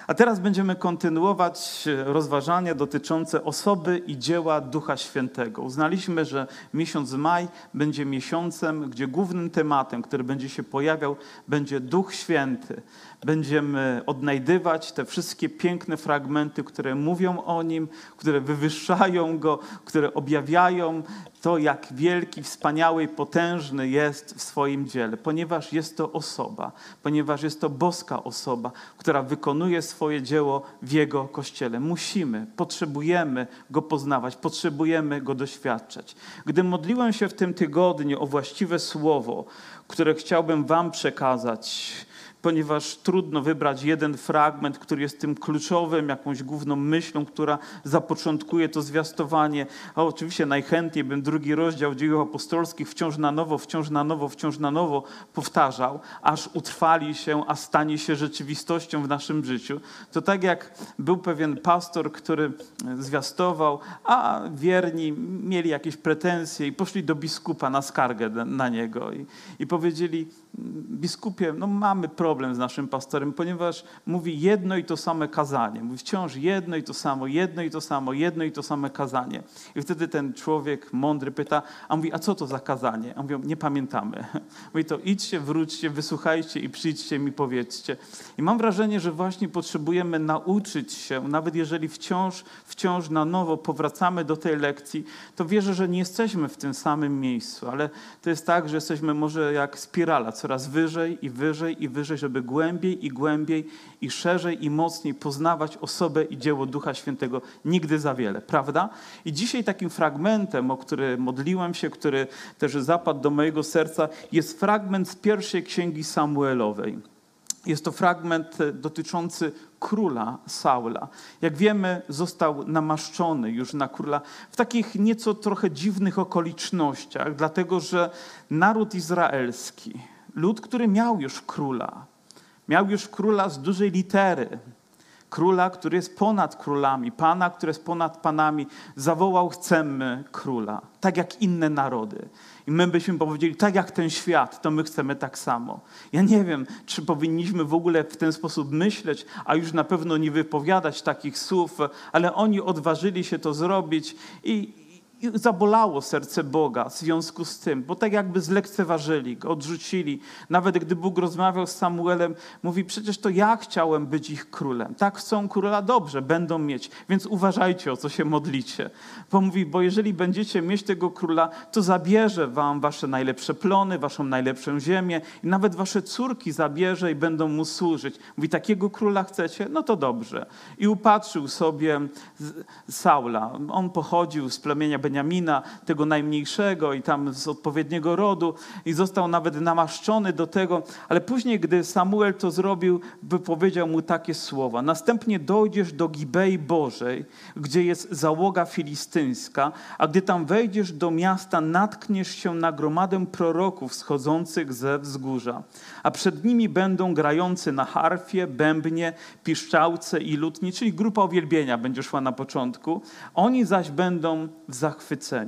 A teraz będziemy kontynuować rozważania dotyczące osoby i dzieła Ducha Świętego. Uznaliśmy, że miesiąc maj będzie miesiącem, gdzie głównym tematem, który będzie się pojawiał, będzie Duch Święty. Będziemy odnajdywać te wszystkie piękne fragmenty, które mówią o Nim, które wywyższają Go, które objawiają to, jak wielki, wspaniały i potężny jest w swoim dziele. Ponieważ jest to osoba, ponieważ jest to boska osoba, która wykonuje swoje dzieło w Jego Kościele. Potrzebujemy Go poznawać, potrzebujemy Go doświadczać. Gdy modliłem się w tym tygodniu o właściwe słowo, które chciałbym wam przekazać, ponieważ trudno wybrać jeden fragment, który jest tym kluczowym, jakąś główną myślą, która zapoczątkuje to zwiastowanie. A oczywiście najchętniej bym drugi rozdział Dziejów Apostolskich wciąż na nowo powtarzał, aż utrwali się, a stanie się rzeczywistością w naszym życiu. To tak jak był pewien pastor, który zwiastował, a wierni mieli jakieś pretensje i poszli do biskupa na skargę na niego i powiedzieli: biskupie, mamy problem z naszym pastorem, ponieważ mówi jedno i to same kazanie. Mówi wciąż jedno i to samo kazanie. I wtedy ten człowiek mądry pyta, a mówi, a co to za kazanie? A mówią, nie pamiętamy. Mówi, to idźcie, wróćcie, wysłuchajcie i przyjdźcie mi powiedzcie. I mam wrażenie, że właśnie potrzebujemy nauczyć się, nawet jeżeli wciąż na nowo powracamy do tej lekcji, to wierzę, że nie jesteśmy w tym samym miejscu, ale to jest tak, że jesteśmy może jak spirala, coraz wyżej i wyżej i wyżej, żeby głębiej i szerzej i mocniej poznawać osobę i dzieło Ducha Świętego. Nigdy za wiele, prawda? I dzisiaj takim fragmentem, o który modliłem się, który też zapadł do mojego serca, jest fragment z pierwszej księgi Samuelowej. Jest to fragment dotyczący króla Saula. Jak wiemy, został namaszczony już na króla w takich nieco trochę dziwnych okolicznościach, dlatego że naród izraelski, lud, który miał już króla z dużej litery, króla, który jest ponad królami, pana, który jest ponad panami, zawołał: chcemy króla, tak jak inne narody. I my byśmy powiedzieli, tak jak ten świat, to my chcemy tak samo. Ja nie wiem, czy powinniśmy w ogóle w ten sposób myśleć, a już na pewno nie wypowiadać takich słów, ale oni odważyli się to zrobić i zabolało serce Boga w związku z tym, bo tak jakby zlekceważyli go, odrzucili. Nawet gdy Bóg rozmawiał z Samuelem, mówi, przecież to ja chciałem być ich królem. Tak chcą króla, dobrze, będą mieć, więc uważajcie, o co się modlicie. Bo mówi, bo jeżeli będziecie mieć tego króla, to zabierze wam wasze najlepsze plony, waszą najlepszą ziemię i nawet wasze córki zabierze i będą mu służyć. Mówi, takiego króla chcecie? No to dobrze. I upatrzył sobie Saula. On pochodził z plemienia Beniamina, tego najmniejszego i tam z odpowiedniego rodu i został nawet namaszczony do tego, ale później, gdy Samuel to zrobił, wypowiedział mu takie słowa: następnie dojdziesz do Gibei Bożej, gdzie jest załoga filistyńska, a gdy tam wejdziesz do miasta, natkniesz się na gromadę proroków schodzących ze wzgórza, a przed nimi będą grający na harfie, bębnie, piszczałce i lutni, czyli grupa uwielbienia będzie szła na początku. Oni zaś będą w zachwyceniu.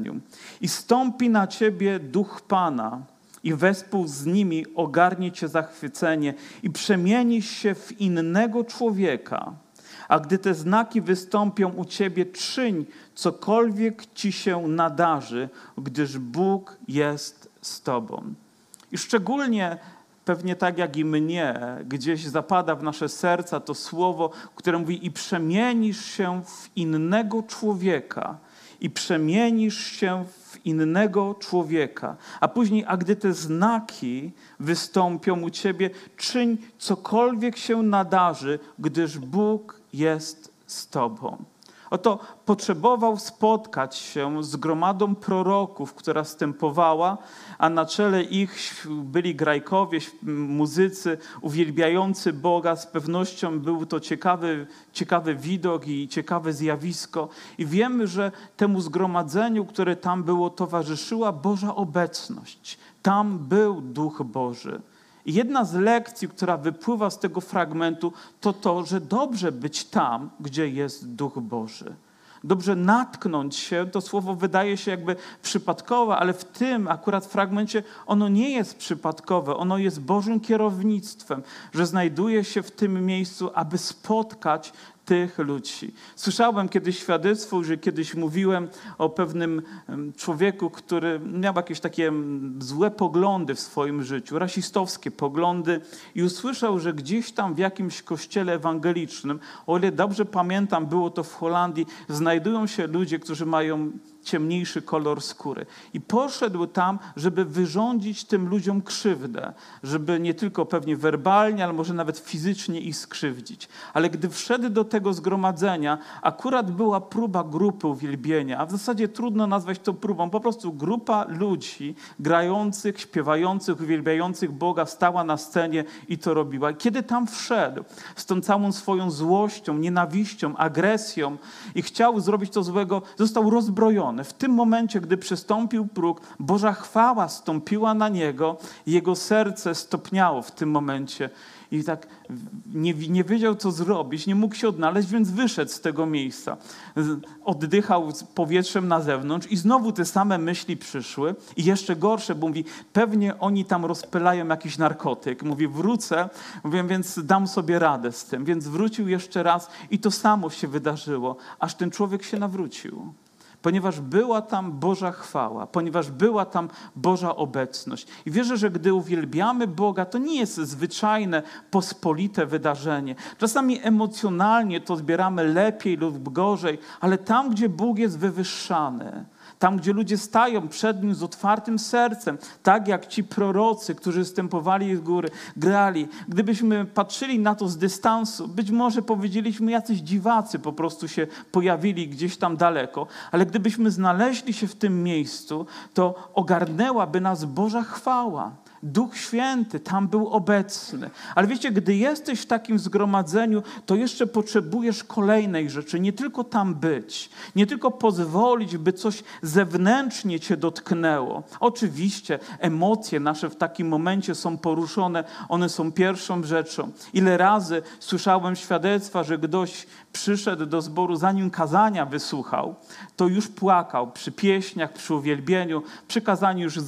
I stąpi na ciebie duch Pana i wespół z nimi ogarnie cię zachwycenie i przemienisz się w innego człowieka. A gdy te znaki wystąpią u ciebie, czyń cokolwiek ci się nadarzy, gdyż Bóg jest z tobą. I szczególnie pewnie tak jak i mnie, gdzieś zapada w nasze serca to słowo, które mówi: i przemienisz się w innego człowieka. I przemienisz się w innego człowieka. A później, a gdy te znaki wystąpią u ciebie, czyń cokolwiek się nadarzy, gdyż Bóg jest z tobą. Oto potrzebował spotkać się z gromadą proroków, która wstępowała, a na czele ich byli grajkowie, muzycy uwielbiający Boga. Z pewnością był to ciekawy widok i ciekawe zjawisko. I wiemy, że temu zgromadzeniu, które tam było, towarzyszyła Boża obecność. Tam był Duch Boży. I jedna z lekcji, która wypływa z tego fragmentu, to to, że dobrze być tam, gdzie jest Duch Boży. dobrze natknąć się. To słowo wydaje się jakby przypadkowe, ale w tym akurat fragmencie ono nie jest przypadkowe. Ono jest Bożym kierownictwem, że znajduje się w tym miejscu, aby spotkać tych ludzi. Słyszałem kiedyś świadectwo, że kiedyś mówiłem o pewnym człowieku, który miał jakieś takie złe poglądy w swoim życiu, rasistowskie poglądy i usłyszał, że gdzieś tam w jakimś kościele ewangelicznym, o ile dobrze pamiętam, było to w Holandii, znajdują się ludzie, którzy mają ciemniejszy kolor skóry. I poszedł tam, żeby wyrządzić tym ludziom krzywdę, żeby nie tylko pewnie werbalnie, ale może nawet fizycznie ich skrzywdzić. Ale gdy wszedł do tego zgromadzenia, akurat była próba grupy uwielbienia, a w zasadzie trudno nazwać to próbą, po prostu grupa ludzi grających, śpiewających, uwielbiających Boga stała na scenie i to robiła. Kiedy tam wszedł z tą całą swoją złością, nienawiścią, agresją i chciał zrobić to złego, został rozbrojony. W tym momencie, gdy przestąpił próg, Boża chwała stąpiła na niego i jego serce stopniało w tym momencie. I tak nie wiedział, co zrobić, nie mógł się odnaleźć, więc wyszedł z tego miejsca. Oddychał powietrzem na zewnątrz i znowu te same myśli przyszły. I jeszcze gorsze, bo mówi, pewnie oni tam rozpylają jakiś narkotyk. Mówi, wrócę, mówię, więc dam sobie radę z tym. Więc wrócił jeszcze raz i to samo się wydarzyło, aż ten człowiek się nawrócił. Ponieważ była tam Boża chwała, ponieważ była tam Boża obecność. I wierzę, że gdy uwielbiamy Boga, to nie jest zwyczajne, pospolite wydarzenie. Czasami emocjonalnie to zbieramy lepiej lub gorzej, ale tam, gdzie Bóg jest wywyższany, tam, gdzie ludzie stają przed Nim z otwartym sercem, tak jak ci prorocy, którzy wstępowali z góry, grali. Gdybyśmy patrzyli na to z dystansu, być może powiedzieliśmy, jacyś dziwacy po prostu się pojawili gdzieś tam daleko, ale gdybyśmy znaleźli się w tym miejscu, to ogarnęłaby nas Boża chwała. Duch Święty tam był obecny. Ale wiecie, gdy jesteś w takim zgromadzeniu, to jeszcze potrzebujesz kolejnej rzeczy. Nie tylko tam być, nie tylko pozwolić, by coś zewnętrznie cię dotknęło. Oczywiście emocje nasze w takim momencie są poruszone, one są pierwszą rzeczą. Ile razy słyszałem świadectwa, że ktoś przyszedł do zboru, zanim kazania wysłuchał, to już płakał przy pieśniach, przy uwielbieniu, przy kazaniu już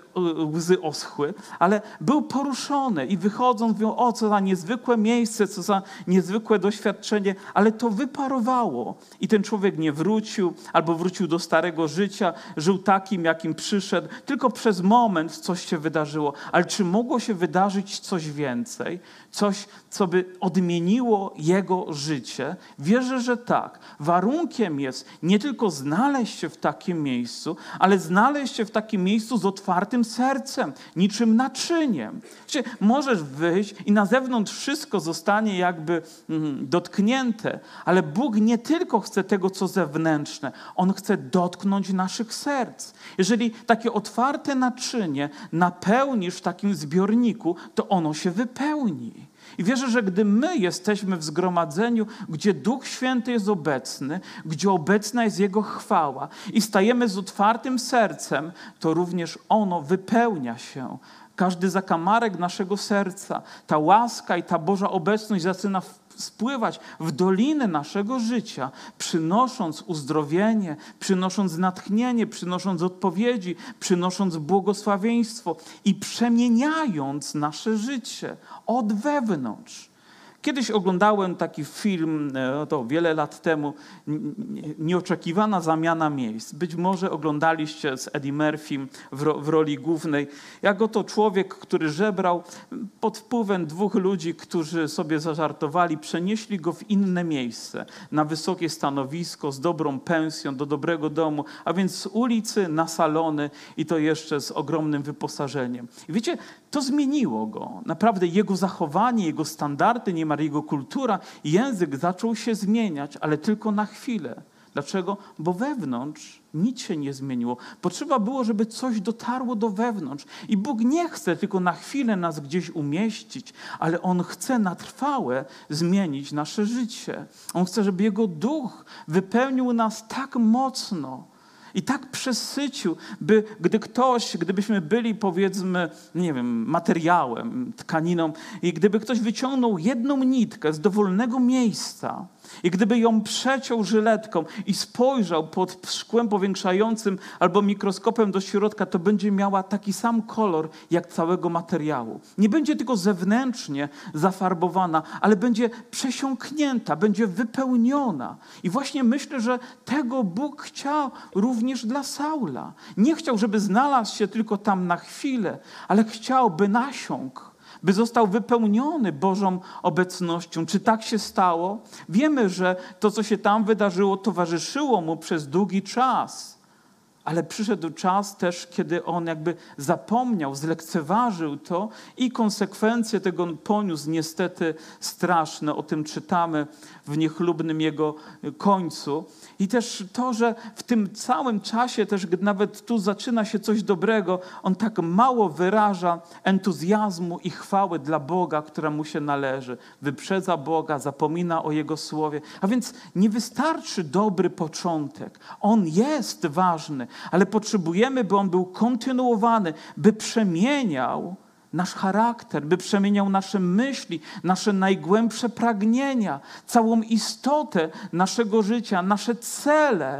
łzy oschły, ale był poruszony i wychodząc mówią, o co za niezwykłe miejsce, co za niezwykłe doświadczenie, ale to wyparowało i ten człowiek nie wrócił albo wrócił do starego życia, żył takim, jakim przyszedł, tylko przez moment coś się wydarzyło, ale czy mogło się wydarzyć coś więcej, coś, co by odmieniło jego życie? Wierzę, że tak. Warunkiem jest nie tylko znaleźć się w takim miejscu, ale znaleźć się w takim miejscu z otwartym sercem, niczym naczyniem. Wiecie, możesz wyjść i na zewnątrz wszystko zostanie jakby dotknięte, ale Bóg nie tylko chce tego, co zewnętrzne. On chce dotknąć naszych serc. Jeżeli takie otwarte naczynie napełnisz w takim zbiorniku, to ono się wypełni. I wierzę, że gdy my jesteśmy w zgromadzeniu, gdzie Duch Święty jest obecny, gdzie obecna jest Jego chwała i stajemy z otwartym sercem, to również ono wypełnia się. Każdy zakamarek naszego serca, ta łaska i ta Boża obecność zaczyna spływać w dolinę naszego życia, przynosząc uzdrowienie, przynosząc natchnienie, przynosząc odpowiedzi, przynosząc błogosławieństwo i przemieniając nasze życie od wewnątrz. Kiedyś oglądałem taki film, to wiele lat temu, Nieoczekiwana zamiana miejsc. Być może oglądaliście z Eddie Murphym w roli głównej. Jak oto człowiek, który żebrał, pod wpływem dwóch ludzi, którzy sobie zażartowali, przenieśli go w inne miejsce, na wysokie stanowisko, z dobrą pensją, do dobrego domu, a więc z ulicy na salony i to jeszcze z ogromnym wyposażeniem. I wiecie, to zmieniło go. Naprawdę jego zachowanie, jego standardy, niemal jego kultura, język zaczął się zmieniać, ale tylko na chwilę. Dlaczego? Bo wewnątrz nic się nie zmieniło. Potrzeba było, żeby coś dotarło do wewnątrz. I Bóg nie chce tylko na chwilę nas gdzieś umieścić, ale On chce na trwałe zmienić nasze życie. On chce, żeby Jego Duch wypełnił nas tak mocno, I tak przesycił, gdybyśmy byli, powiedzmy, nie wiem, materiałem, tkaniną i gdyby ktoś wyciągnął jedną nitkę z dowolnego miejsca i gdyby ją przeciął żyletką i spojrzał pod szkłem powiększającym albo mikroskopem do środka, to będzie miała taki sam kolor jak całego materiału. Nie będzie tylko zewnętrznie zafarbowana, ale będzie przesiąknięta, będzie wypełniona. I właśnie myślę, że tego Bóg chciał również dla Saula. Nie chciał, żeby znalazł się tylko tam na chwilę, ale chciał, by nasiąkł, by został wypełniony Bożą obecnością. Czy tak się stało? Wiemy, że to, co się tam wydarzyło, towarzyszyło mu przez długi czas. Ale przyszedł czas też, kiedy on jakby zapomniał, zlekceważył to i konsekwencje tego poniósł niestety straszne. O tym czytamy w niechlubnym jego końcu. I też to, że w tym całym czasie też, gdy nawet tu zaczyna się coś dobrego, on tak mało wyraża entuzjazmu i chwały dla Boga, która mu się należy. Wyprzedza Boga, zapomina o Jego słowie. A więc nie wystarczy dobry początek. On jest ważny, ale potrzebujemy, by on był kontynuowany, by przemieniał nasz charakter, by przemieniał nasze myśli, nasze najgłębsze pragnienia, całą istotę naszego życia, nasze cele,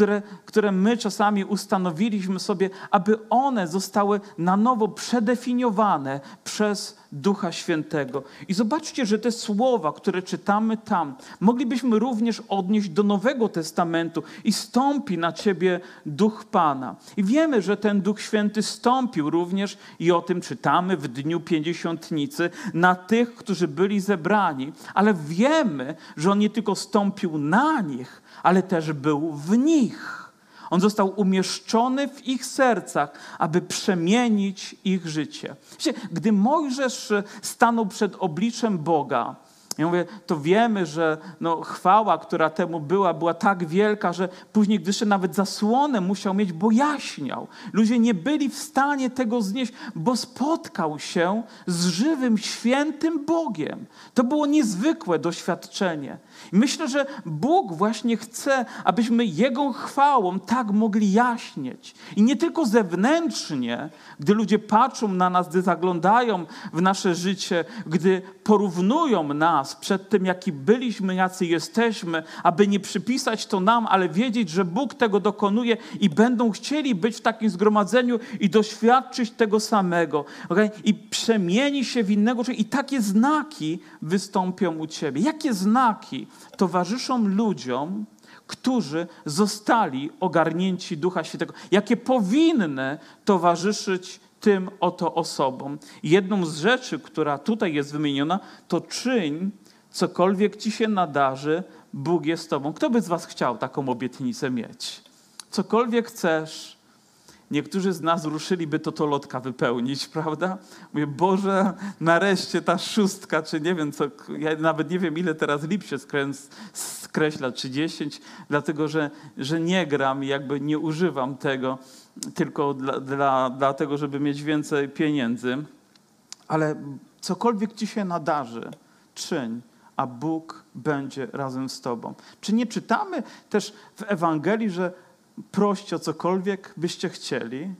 które my czasami ustanowiliśmy sobie, aby one zostały na nowo przedefiniowane przez Ducha Świętego. I zobaczcie, że te słowa, które czytamy tam, moglibyśmy również odnieść do Nowego Testamentu i stąpi na ciebie Duch Pana. I wiemy, że ten Duch Święty stąpił również i o tym czytamy w Dniu Pięćdziesiątnicy na tych, którzy byli zebrani, ale wiemy, że On nie tylko stąpił na nich, ale też był w nich. On został umieszczony w ich sercach, aby przemienić ich życie. Gdy Mojżesz stanął przed obliczem Boga, ja mówię, to wiemy, że chwała, która temu była tak wielka, że później, gdy jeszcze nawet zasłonę musiał mieć, bo jaśniał. Ludzie nie byli w stanie tego znieść, bo spotkał się z żywym, świętym Bogiem. To było niezwykłe doświadczenie. I myślę, że Bóg właśnie chce, abyśmy Jego chwałą tak mogli jaśnieć. I nie tylko zewnętrznie, gdy ludzie patrzą na nas, gdy zaglądają w nasze życie, gdy porównują nas przed tym, jaki byliśmy, jacy jesteśmy, aby nie przypisać to nam, ale wiedzieć, że Bóg tego dokonuje i będą chcieli być w takim zgromadzeniu i doświadczyć tego samego. Okay? I przemieni się w innego człowieka. I takie znaki wystąpią u ciebie. Jakie znaki towarzyszą ludziom, którzy zostali ogarnięci Ducha Świętego? Jakie powinny towarzyszyć tym oto osobom? Jedną z rzeczy, która tutaj jest wymieniona, to czyń cokolwiek ci się nadarzy, Bóg jest z tobą. Kto by z was chciał taką obietnicę mieć? Cokolwiek chcesz. Niektórzy z nas ruszyliby to lotka wypełnić, prawda? Mówię, Boże, nareszcie ta 6, czy nie wiem co, ja nawet nie wiem ile teraz lip się skreśla, czy 10, dlatego że nie gram i jakby nie używam tego tylko dlatego, żeby mieć więcej pieniędzy. Ale cokolwiek ci się nadarzy, czyń, a Bóg będzie razem z tobą. Czy nie czytamy też w Ewangelii, że proście o cokolwiek byście chcieli,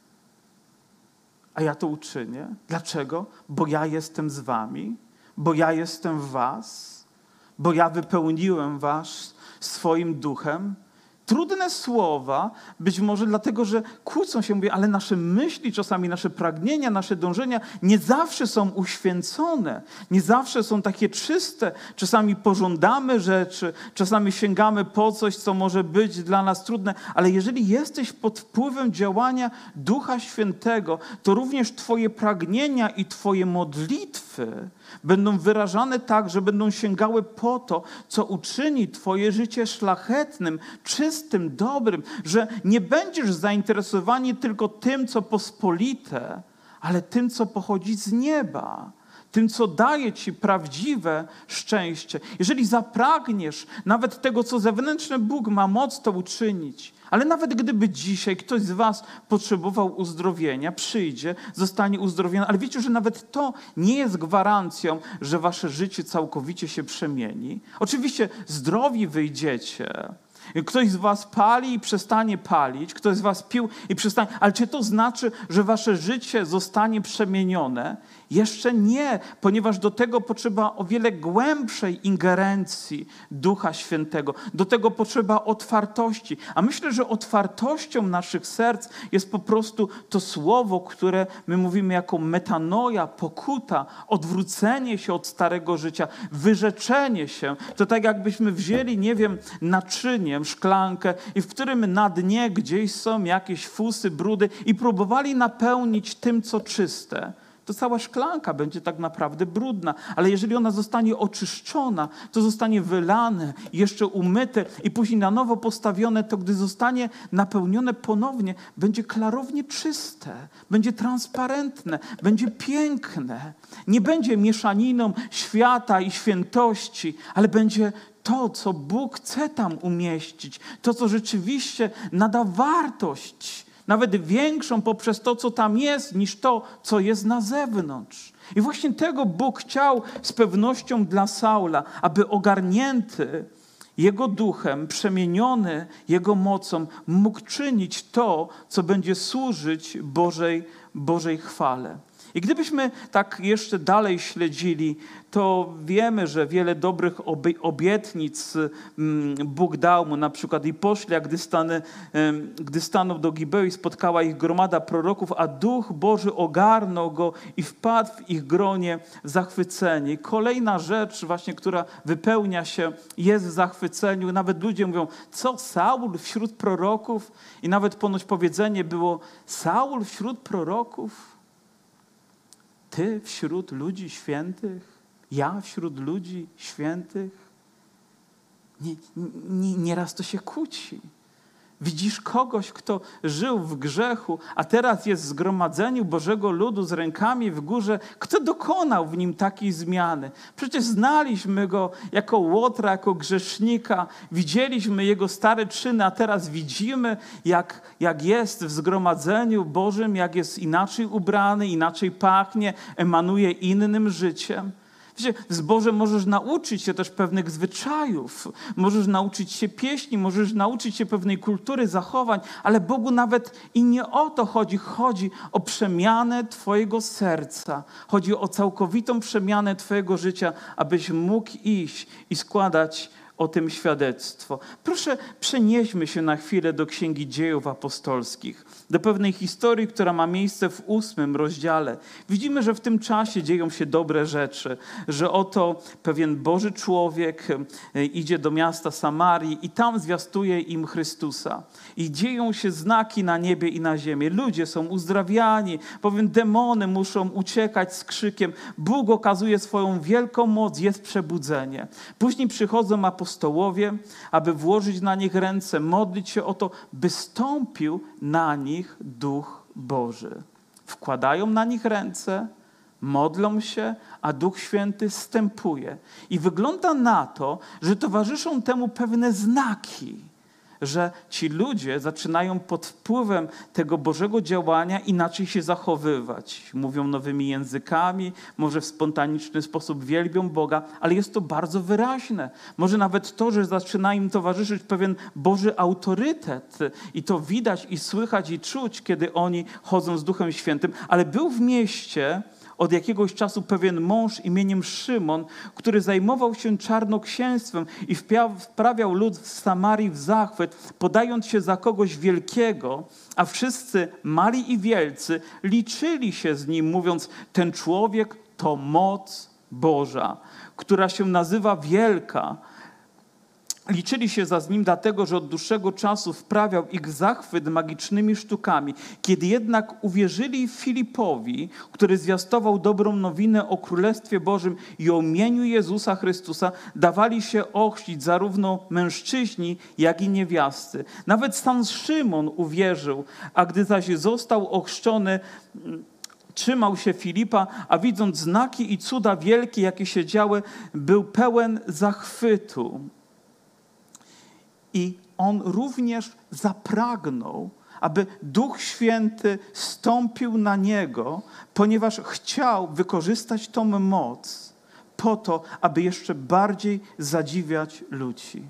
a ja to uczynię? Dlaczego? Bo ja jestem z wami, bo ja jestem w was, bo ja wypełniłem was swoim duchem. Trudne słowa, być może dlatego, że kłócą się, mówię, ale nasze myśli, czasami nasze pragnienia, nasze dążenia nie zawsze są uświęcone, nie zawsze są takie czyste. Czasami pożądamy rzeczy, czasami sięgamy po coś, co może być dla nas trudne, ale jeżeli jesteś pod wpływem działania Ducha Świętego, to również twoje pragnienia i twoje modlitwy będą wyrażane tak, że będą sięgały po to, co uczyni twoje życie szlachetnym, czystym, dobrym, że nie będziesz zainteresowani tylko tym, co pospolite, ale tym, co pochodzi z nieba, tym, co daje ci prawdziwe szczęście. Jeżeli zapragniesz nawet tego, co zewnętrzne, Bóg ma moc to uczynić. Ale nawet gdyby dzisiaj ktoś z was potrzebował uzdrowienia, przyjdzie, zostanie uzdrowiony, ale wiecie, że nawet to nie jest gwarancją, że wasze życie całkowicie się przemieni. Oczywiście zdrowi wyjdziecie Ktoś z was pali i przestanie palić, ktoś z was pił i przestanie. Ale czy to znaczy, że wasze życie zostanie przemienione? Jeszcze nie, ponieważ do tego potrzeba o wiele głębszej ingerencji Ducha Świętego. Do tego potrzeba otwartości. A myślę, że otwartością naszych serc jest po prostu to słowo, które my mówimy jako metanoja, pokuta, odwrócenie się od starego życia, wyrzeczenie się. To tak jakbyśmy wzięli, nie wiem, naczynie, szklankę i w którym na dnie gdzieś są jakieś fusy, brudy i próbowali napełnić tym, co czyste. To cała szklanka będzie tak naprawdę brudna, ale jeżeli ona zostanie oczyszczona, to zostanie wylane, jeszcze umyte i później na nowo postawione, to gdy zostanie napełnione ponownie, będzie klarownie czyste, będzie transparentne, będzie piękne. Nie będzie mieszaniną świata i świętości, ale będzie to, co Bóg chce tam umieścić, to, co rzeczywiście nada wartość, nawet większą poprzez to, co tam jest, niż to, co jest na zewnątrz. I właśnie tego Bóg chciał z pewnością dla Saula, aby ogarnięty Jego duchem, przemieniony Jego mocą, mógł czynić to, co będzie służyć Bożej chwale. I gdybyśmy tak jeszcze dalej śledzili, to wiemy, że wiele dobrych obietnic Bóg dał mu. Na przykład i poszli, gdy stanął do Gibei, spotkała ich gromada proroków, a Duch Boży ogarnął go i wpadł w ich gronie w zachwycenie. I kolejna rzecz właśnie, która wypełnia się, jest w zachwyceniu. Nawet ludzie mówią, co Saul wśród proroków? I nawet ponoć powiedzenie było, Saul wśród proroków? Ty wśród ludzi świętych? Ja wśród ludzi świętych? Nieraz to się kłóci. Widzisz kogoś, kto żył w grzechu, a teraz jest w zgromadzeniu Bożego ludu z rękami w górze. Kto dokonał w nim takiej zmiany? Przecież znaliśmy go jako łotra, jako grzesznika. Widzieliśmy jego stare czyny, a teraz widzimy, jak jest w zgromadzeniu Bożym, jak jest inaczej ubrany, inaczej pachnie, emanuje innym życiem. Wiecie, w zborze możesz nauczyć się też pewnych zwyczajów, możesz nauczyć się pieśni, możesz nauczyć się pewnej kultury, zachowań, ale Bogu nawet i nie o to chodzi. Chodzi o przemianę twojego serca. Chodzi o całkowitą przemianę twojego życia, abyś mógł iść i składać o tym świadectwo. Proszę, przenieśmy się na chwilę do Księgi Dziejów Apostolskich, do pewnej historii, która ma miejsce w 8 rozdziale. Widzimy, że w tym czasie dzieją się dobre rzeczy, że oto pewien Boży człowiek idzie do miasta Samarii i tam zwiastuje im Chrystusa. I dzieją się znaki na niebie i na ziemi. Ludzie są uzdrawiani, bowiem demony muszą uciekać z krzykiem. Bóg okazuje swoją wielką moc, jest przebudzenie. Później przychodzą apostołowie, aby włożyć na nich ręce, modlić się o to, by stąpił na nich Duch Boży. Wkładają na nich ręce, modlą się, a Duch Święty zstępuje. I wygląda na to, że towarzyszą temu pewne znaki, że ci ludzie zaczynają pod wpływem tego Bożego działania inaczej się zachowywać. Mówią nowymi językami, może w spontaniczny sposób wielbią Boga, ale jest to bardzo wyraźne. Może nawet to, że zaczyna im towarzyszyć pewien Boży autorytet i to widać i słychać i czuć, kiedy oni chodzą z Duchem Świętym, ale był w mieście od jakiegoś czasu pewien mąż imieniem Szymon, który zajmował się czarnoksięstwem i wprawiał lud w Samarii w zachwyt, podając się za kogoś wielkiego, a wszyscy, mali i wielcy, liczyli się z nim, mówiąc, ten człowiek to moc Boża, która się nazywa wielka. Liczyli się z nim dlatego, że od dłuższego czasu wprawiał ich w zachwyt magicznymi sztukami. Kiedy jednak uwierzyli Filipowi, który zwiastował dobrą nowinę o Królestwie Bożym i o imieniu Jezusa Chrystusa, dawali się ochrzcić zarówno mężczyźni, jak i niewiasty. Nawet sam Szymon uwierzył, a gdy zaś został ochrzczony, trzymał się Filipa, a widząc znaki i cuda wielkie, jakie się działy, był pełen zachwytu. I on również zapragnął, aby Duch Święty stąpił na niego, ponieważ chciał wykorzystać tą moc po to, aby jeszcze bardziej zadziwiać ludzi.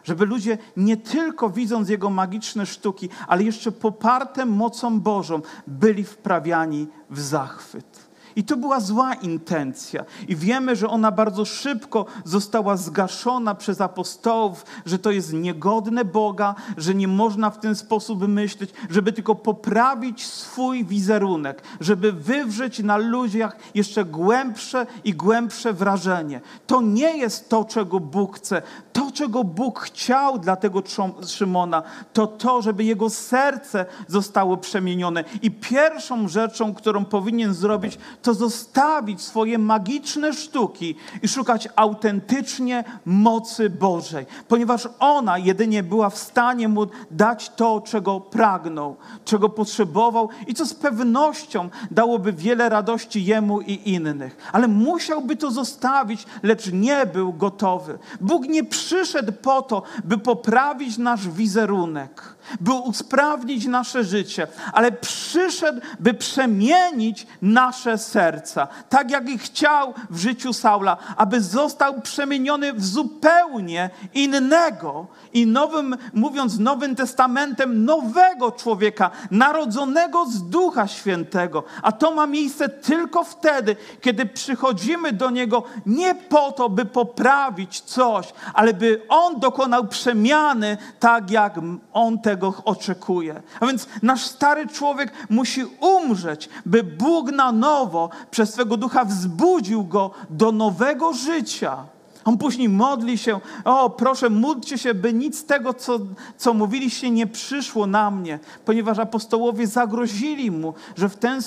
Żeby ludzie nie tylko widząc Jego magiczne sztuki, ale jeszcze poparte mocą Bożą byli wprawiani w zachwyt. I to była zła intencja. I wiemy, że ona bardzo szybko została zgaszona przez apostołów, że to jest niegodne Boga, że nie można w ten sposób myśleć, żeby tylko poprawić swój wizerunek, żeby wywrzeć na ludziach jeszcze głębsze i głębsze wrażenie. To nie jest to, czego Bóg chce. To, czego Bóg chciał dla tego Szymona, to to, żeby jego serce zostało przemienione. I pierwszą rzeczą, którą powinien zrobić, to zostawić swoje magiczne sztuki i szukać autentycznie mocy Bożej, ponieważ ona jedynie była w stanie mu dać to, czego pragnął, czego potrzebował i co z pewnością dałoby wiele radości jemu i innych. Ale musiałby to zostawić, lecz nie był gotowy. Bóg nie przyszedł po to, by poprawić nasz wizerunek, by usprawnić nasze życie, ale przyszedł, by przemienić nasze serca. Tak jak i chciał w życiu Saula, aby został przemieniony w zupełnie innego i mówiąc Nowym Testamentem, nowego człowieka, narodzonego z Ducha Świętego. A to ma miejsce tylko wtedy, kiedy przychodzimy do Niego nie po to, by poprawić coś, ale by On dokonał przemiany tak, jak On tego oczekuje. A więc nasz stary człowiek musi umrzeć, by Bóg na nowo przez swego Ducha wzbudził go do nowego życia. On później modli się, proszę, módlcie się, by nic z tego, co mówiliście, nie przyszło na mnie, ponieważ apostołowie zagrozili mu, że w ten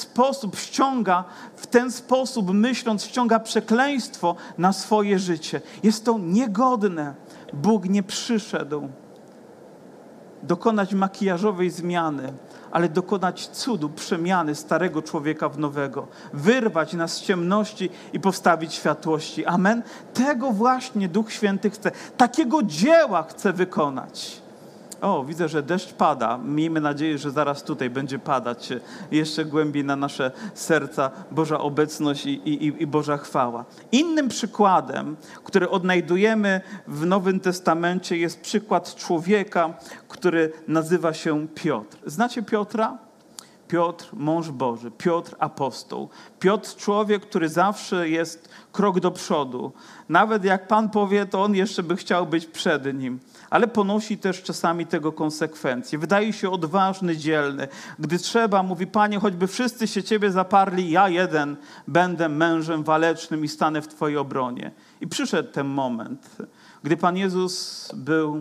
sposób myśląc, ściąga przekleństwo na swoje życie. Jest to niegodne. Bóg nie przyszedł dokonać makijażowej zmiany, ale dokonać cudu, przemiany starego człowieka w nowego. Wyrwać nas z ciemności i postawić światłości. Amen? Tego właśnie Duch Święty chce. Takiego dzieła chce wykonać. Widzę, że deszcz pada. Miejmy nadzieję, że zaraz tutaj będzie padać jeszcze głębiej na nasze serca Boża obecność i Boża chwała. Innym przykładem, który odnajdujemy w Nowym Testamencie, jest przykład człowieka, który nazywa się Piotr. Znacie Piotra? Piotr, mąż Boży, Piotr, apostoł. Piotr, człowiek, który zawsze jest krok do przodu. Nawet jak Pan powie, to on jeszcze by chciał być przed nim. Ale ponosi też czasami tego konsekwencje. Wydaje się odważny, dzielny. Gdy trzeba, mówi: Panie, choćby wszyscy się Ciebie zaparli, ja jeden będę mężem walecznym i stanę w Twojej obronie. I przyszedł ten moment, gdy Pan Jezus był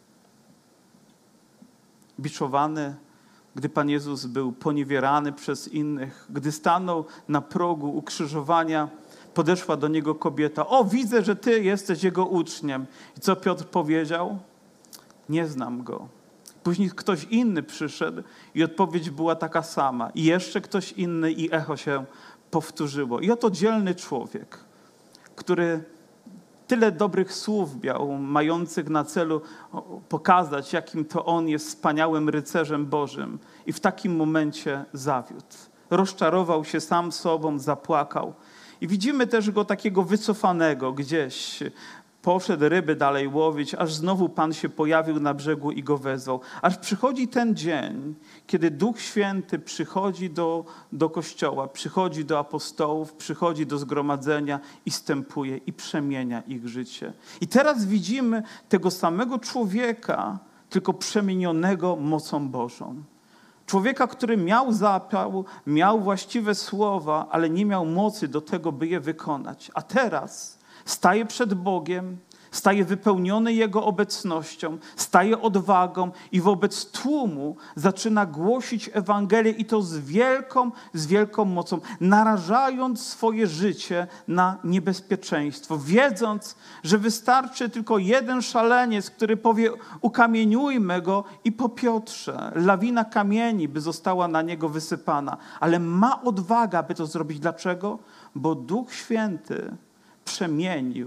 biczowany, gdy Pan Jezus był poniewierany przez innych, gdy stanął na progu ukrzyżowania, podeszła do Niego kobieta: widzę, że Ty jesteś Jego uczniem. I co Piotr powiedział? Nie znam Go. Później ktoś inny przyszedł i odpowiedź była taka sama. I jeszcze ktoś inny i echo się powtórzyło. I oto dzielny człowiek, który tyle dobrych słów miał, mających na celu pokazać, jakim to on jest wspaniałym rycerzem Bożym. I w takim momencie zawiódł. Rozczarował się sam sobą, zapłakał. I widzimy też go takiego wycofanego gdzieś. Poszedł ryby dalej łowić, aż znowu Pan się pojawił na brzegu i go wezwał. Aż przychodzi ten dzień, kiedy Duch Święty przychodzi do Kościoła, przychodzi do apostołów, przychodzi do zgromadzenia i stępuje i przemienia ich życie. I teraz widzimy tego samego człowieka, tylko przemienionego mocą Bożą. Człowieka, który miał zapał, miał właściwe słowa, ale nie miał mocy do tego, by je wykonać. A teraz staje przed Bogiem, staje wypełniony Jego obecnością, staje odwagą i wobec tłumu zaczyna głosić Ewangelię i to z wielką mocą, narażając swoje życie na niebezpieczeństwo, wiedząc, że wystarczy tylko jeden szaleniec, który powie: ukamieniujmy go, i po Piotrze lawina kamieni by została na niego wysypana. Ale ma odwagę, by to zrobić. Dlaczego? Bo Duch Święty przemienił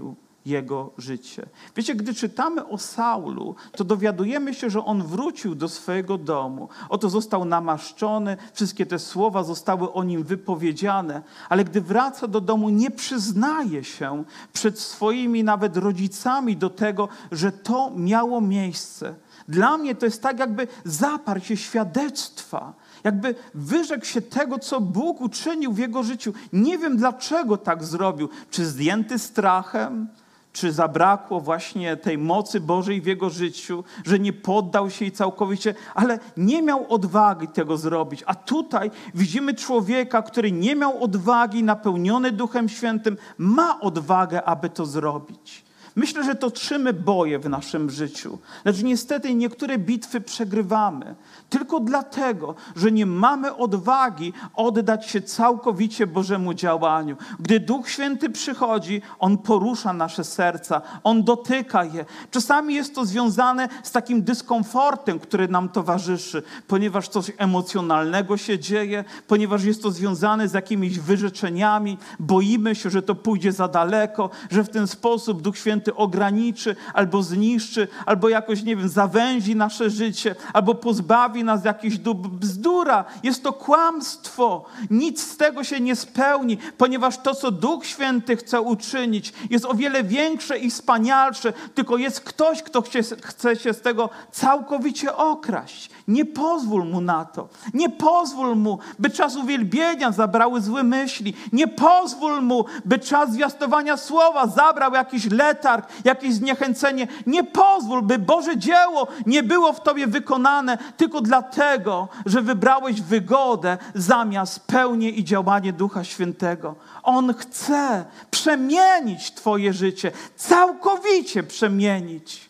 jego życie. Wiecie, gdy czytamy o Saulu, to dowiadujemy się, że on wrócił do swojego domu. Oto został namaszczony, wszystkie te słowa zostały o nim wypowiedziane, ale gdy wraca do domu, nie przyznaje się przed swoimi nawet rodzicami do tego, że to miało miejsce. Dla mnie to jest tak, jakby zaparł się świadectwa, jakby wyrzekł się tego, co Bóg uczynił w jego życiu. Nie wiem, dlaczego tak zrobił. Czy zdjęty strachem? Czy zabrakło właśnie tej mocy Bożej w jego życiu, że nie poddał się jej całkowicie, ale nie miał odwagi tego zrobić. A tutaj widzimy człowieka, który nie miał odwagi, napełniony Duchem Świętym, ma odwagę, aby to zrobić. Myślę, że toczymy boje w naszym życiu, lecz niestety niektóre bitwy przegrywamy. Tylko dlatego, że nie mamy odwagi oddać się całkowicie Bożemu działaniu. Gdy Duch Święty przychodzi, On porusza nasze serca, On dotyka je. Czasami jest to związane z takim dyskomfortem, który nam towarzyszy, ponieważ coś emocjonalnego się dzieje, ponieważ jest to związane z jakimiś wyrzeczeniami, boimy się, że to pójdzie za daleko, że w ten sposób Duch Święty ograniczy, albo zniszczy, albo jakoś, nie wiem, zawęzi nasze życie, albo pozbawi nas jakichś dóbr. Bzdura, jest to kłamstwo. Nic z tego się nie spełni, ponieważ to, co Duch Święty chce uczynić, jest o wiele większe i wspanialsze, tylko jest ktoś, kto chce się z tego całkowicie okraść. Nie pozwól mu na to. Nie pozwól mu, by czas uwielbienia zabrały złe myśli. Nie pozwól mu, by czas zwiastowania słowa zabrał jakiś letarg, jakieś zniechęcenie. Nie pozwól, by Boże dzieło nie było w tobie wykonane tylko dlatego, że wybrałeś wygodę zamiast pełnię i działanie Ducha Świętego. On chce przemienić twoje życie, całkowicie przemienić,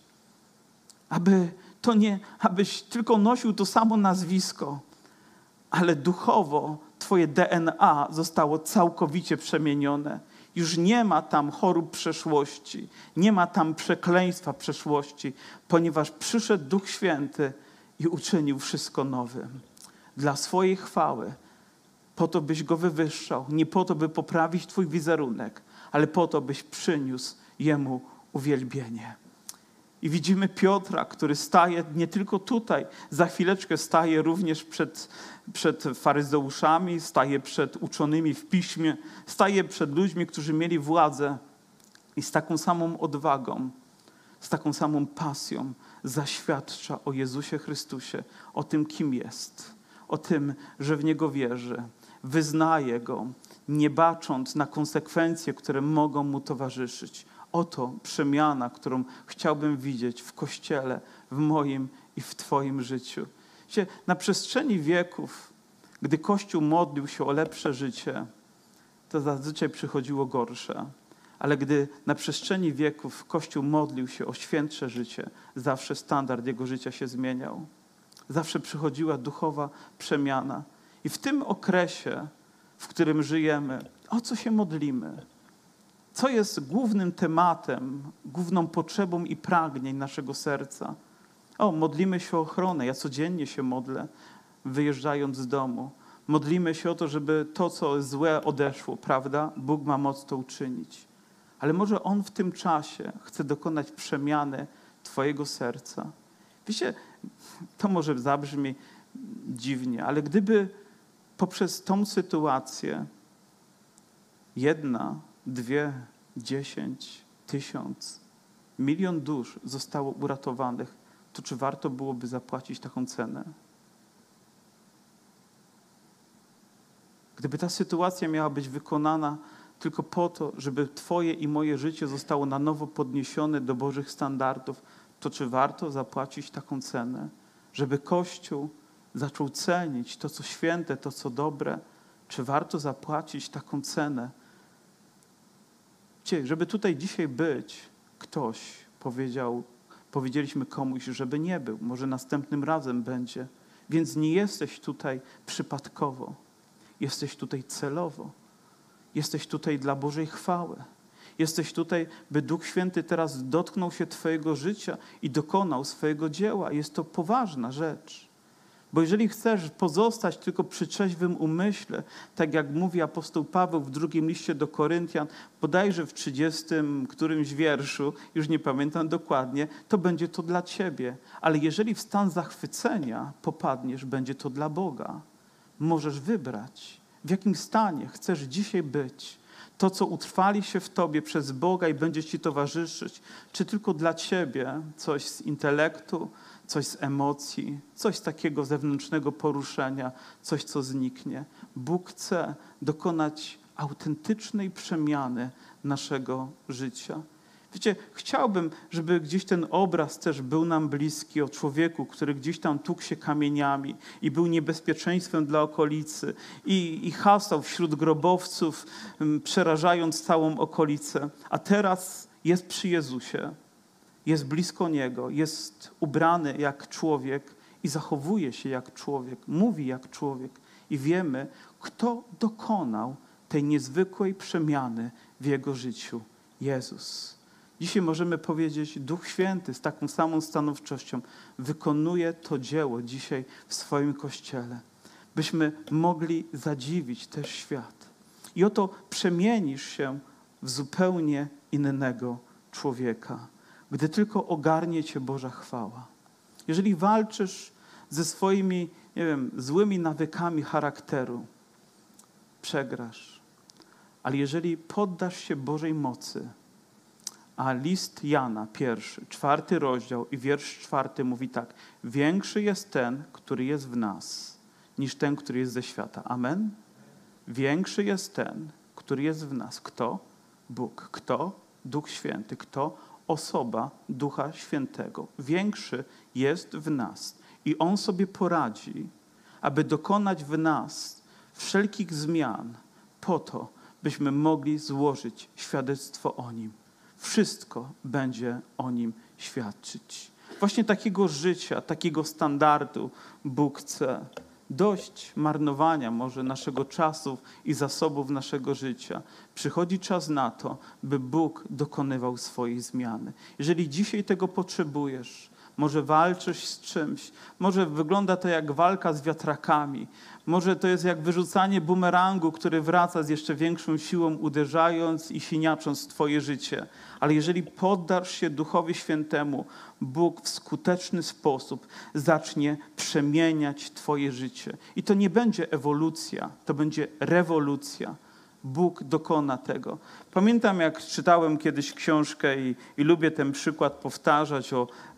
abyś tylko nosił to samo nazwisko, ale duchowo twoje DNA zostało całkowicie przemienione. Już nie ma tam chorób przeszłości, nie ma tam przekleństwa przeszłości, ponieważ przyszedł Duch Święty i uczynił wszystko nowym. Dla swojej chwały, po to byś Go wywyższał, nie po to, by poprawić twój wizerunek, ale po to, byś przyniósł Jemu uwielbienie. I widzimy Piotra, który staje nie tylko tutaj, za chwileczkę staje również przed faryzeuszami, staje przed uczonymi w piśmie, staje przed ludźmi, którzy mieli władzę i z taką samą odwagą, z taką samą pasją zaświadcza o Jezusie Chrystusie, o tym, kim jest, o tym, że w Niego wierzy, wyznaje Go, nie bacząc na konsekwencje, które mogą Mu towarzyszyć. Oto przemiana, którą chciałbym widzieć w Kościele, w moim i w twoim życiu. Wiecie, na przestrzeni wieków, gdy Kościół modlił się o lepsze życie, to zazwyczaj przychodziło gorsze. Ale gdy na przestrzeni wieków Kościół modlił się o świętsze życie, zawsze standard jego życia się zmieniał. Zawsze przychodziła duchowa przemiana. I w tym okresie, w którym żyjemy, o co się modlimy? Co jest głównym tematem, główną potrzebą i pragnień naszego serca? Modlimy się o ochronę. Ja codziennie się modlę, wyjeżdżając z domu. Modlimy się o to, żeby to, co złe, odeszło, prawda? Bóg ma moc to uczynić. Ale może On w tym czasie chce dokonać przemiany twojego serca. Wiecie, to może zabrzmi dziwnie, ale gdyby poprzez tą sytuację 1, 2, 10, 1000, 1 000 000 dusz zostało uratowanych, to czy warto byłoby zapłacić taką cenę? Gdyby ta sytuacja miała być wykonana tylko po to, żeby twoje i moje życie zostało na nowo podniesione do Bożych standardów, to czy warto zapłacić taką cenę? Żeby Kościół zaczął cenić to, co święte, to, co dobre, czy warto zapłacić taką cenę? Żeby tutaj dzisiaj być, ktoś powiedzieliśmy komuś, żeby nie był, może następnym razem będzie. Więc nie jesteś tutaj przypadkowo, jesteś tutaj celowo, jesteś tutaj dla Bożej chwały. Jesteś tutaj, by Duch Święty teraz dotknął się twojego życia i dokonał swojego dzieła. Jest to poważna rzecz. Bo jeżeli chcesz pozostać tylko przy trzeźwym umyśle, tak jak mówi apostoł Paweł w drugim liście do Koryntian, bodajże w 30 którymś wierszu, już nie pamiętam dokładnie, to będzie to dla ciebie. Ale jeżeli w stan zachwycenia popadniesz, będzie to dla Boga. Możesz wybrać, w jakim stanie chcesz dzisiaj być. To, co utrwali się w tobie przez Boga i będzie ci towarzyszyć, czy tylko dla ciebie coś z intelektu, coś z emocji, coś z takiego zewnętrznego poruszenia, coś, co zniknie. Bóg chce dokonać autentycznej przemiany naszego życia. Wiecie, chciałbym, żeby gdzieś ten obraz też był nam bliski o człowieku, który gdzieś tam tłukł się kamieniami i był niebezpieczeństwem dla okolicy i hasał wśród grobowców, przerażając całą okolicę. A teraz jest przy Jezusie, jest blisko Niego, jest ubrany jak człowiek i zachowuje się jak człowiek, mówi jak człowiek. I wiemy, kto dokonał tej niezwykłej przemiany w Jego życiu. Jezus. Dzisiaj możemy powiedzieć, Duch Święty z taką samą stanowczością wykonuje to dzieło dzisiaj w swoim Kościele, byśmy mogli zadziwić też świat. I oto przemienisz się w zupełnie innego człowieka, gdy tylko ogarnie cię Boża chwała. Jeżeli walczysz ze swoimi, złymi nawykami charakteru, przegrasz. Ale jeżeli poddasz się Bożej mocy, a list Jana, 4 rozdział i wiersz 4 mówi tak: większy jest ten, który jest w nas, niż ten, który jest ze świata. Amen? Większy jest ten, który jest w nas. Kto? Bóg. Kto? Duch Święty. Kto? Osoba Ducha Świętego. Większy jest w nas. I On sobie poradzi, aby dokonać w nas wszelkich zmian po to, byśmy mogli złożyć świadectwo o Nim. Wszystko będzie o Nim świadczyć. Właśnie takiego życia, takiego standardu Bóg chce. Dość marnowania może naszego czasu i zasobów naszego życia. Przychodzi czas na to, by Bóg dokonywał swojej zmiany. Jeżeli dzisiaj tego potrzebujesz, może walczysz z czymś, może wygląda to jak walka z wiatrakami, może to jest jak wyrzucanie bumerangu, który wraca z jeszcze większą siłą, uderzając i siniacząc twoje życie. Ale jeżeli poddasz się Duchowi Świętemu, Bóg w skuteczny sposób zacznie przemieniać twoje życie. I to nie będzie ewolucja, to będzie rewolucja. Bóg dokona tego. Pamiętam, jak czytałem kiedyś książkę i lubię ten przykład powtarzać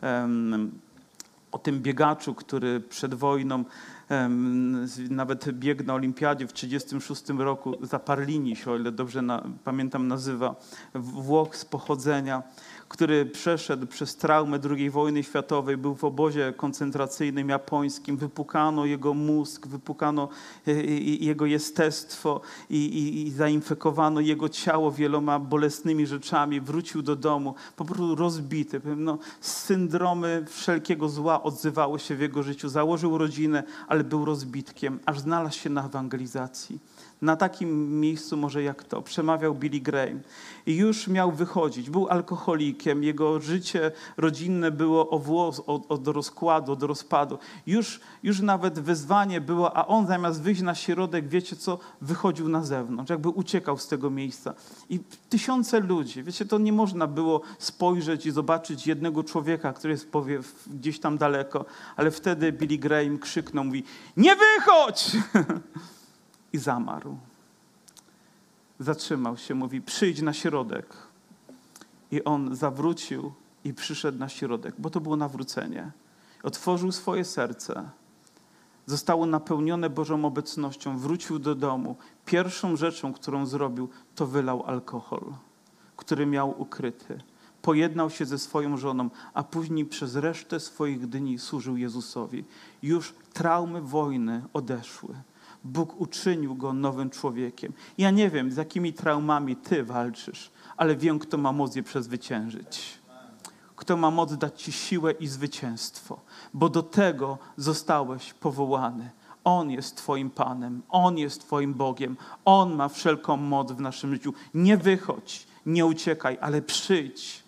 o tym biegaczu, który przed wojną nawet biegł na olimpiadzie w 1936 roku, Zaparlini się, o ile dobrze pamiętam, nazywa, Włoch z pochodzenia, który przeszedł przez traumę II wojny światowej, był w obozie koncentracyjnym japońskim, wypukano jego mózg, wypukano jego jestestwo i zainfekowano jego ciało wieloma bolesnymi rzeczami. Wrócił do domu, po prostu rozbity. Syndromy wszelkiego zła odzywały się w jego życiu. Założył rodzinę, ale był rozbitkiem, aż znalazł się na ewangelizacji. Na takim miejscu może jak to przemawiał Billy Graham. I już miał wychodzić. Był alkoholikiem. Jego życie rodzinne było od rozkładu, od rozpadu. Już nawet wyzwanie było, a on zamiast wyjść na środek, wiecie co, wychodził na zewnątrz. Jakby uciekał z tego miejsca. I tysiące ludzi. Wiecie, to nie można było spojrzeć i zobaczyć jednego człowieka, który jest gdzieś tam daleko. Ale wtedy Billy Graham krzyknął, mówi: nie wychodź! I zamarł. Zatrzymał się, mówi: przyjdź na środek. I on zawrócił i przyszedł na środek, bo to było nawrócenie. Otworzył swoje serce. Zostało napełnione Bożą obecnością. Wrócił do domu. Pierwszą rzeczą, którą zrobił, to wylał alkohol, który miał ukryty. Pojednał się ze swoją żoną, a później przez resztę swoich dni służył Jezusowi. Już traumy wojny odeszły. Bóg uczynił go nowym człowiekiem. Ja nie wiem, z jakimi traumami ty walczysz, ale wiem, kto ma moc je przezwyciężyć. Kto ma moc dać ci siłę i zwycięstwo, bo do tego zostałeś powołany. On jest twoim Panem, On jest twoim Bogiem. On ma wszelką moc w naszym życiu. Nie wychodź, nie uciekaj, ale przyjdź.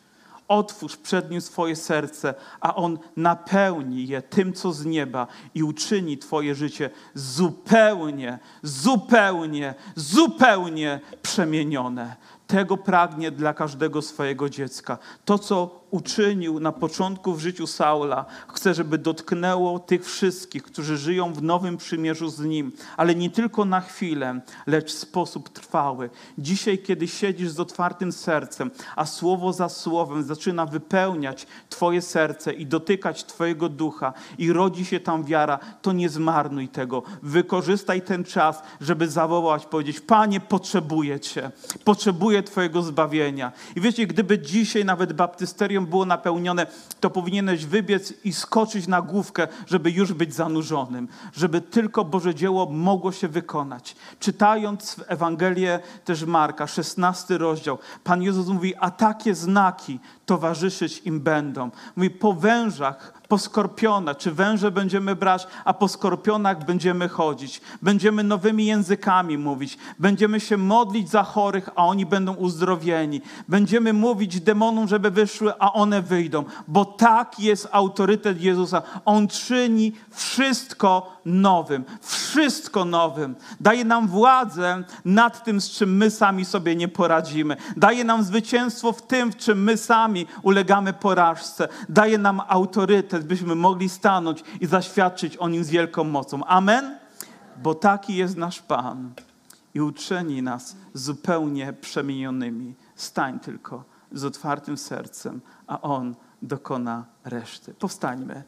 Otwórz przed Nim swoje serce, a On napełni je tym, co z nieba i uczyni twoje życie zupełnie, zupełnie, zupełnie przemienione. Tego pragnie dla każdego swojego dziecka. To, co uczynił na początku w życiu Saula, chce, żeby dotknęło tych wszystkich, którzy żyją w nowym przymierzu z Nim, ale nie tylko na chwilę, lecz w sposób trwały. Dzisiaj, kiedy siedzisz z otwartym sercem, a słowo za słowem zaczyna wypełniać twoje serce i dotykać twojego ducha i rodzi się tam wiara, to nie zmarnuj tego. Wykorzystaj ten czas, żeby zawołać, powiedzieć: Panie, potrzebuję Cię, potrzebuję Twojego zbawienia. I wiecie, gdyby dzisiaj nawet baptysterium było napełnione, to powinieneś wybiec i skoczyć na główkę, żeby już być zanurzonym, żeby tylko Boże dzieło mogło się wykonać. Czytając w Ewangelię też Marka, 16 rozdział, Pan Jezus mówi: a takie znaki towarzyszyć im będą. Mówi: po wężach, po skorpionach, czy węże będziemy brać, a po skorpionach będziemy chodzić. Będziemy nowymi językami mówić. Będziemy się modlić za chorych, a oni będą uzdrowieni. Będziemy mówić demonom, żeby wyszły, a one wyjdą. Bo tak jest autorytet Jezusa. On czyni wszystko nowym. Wszystko nowym. Daje nam władzę nad tym, z czym my sami sobie nie poradzimy. Daje nam zwycięstwo w tym, w czym my sami ulegamy porażce. Daje nam autorytet, byśmy mogli stanąć i zaświadczyć o Nim z wielką mocą. Amen? Bo taki jest nasz Pan i uczyni nas zupełnie przemienionymi. Stań tylko z otwartym sercem, a On dokona reszty. Powstańmy.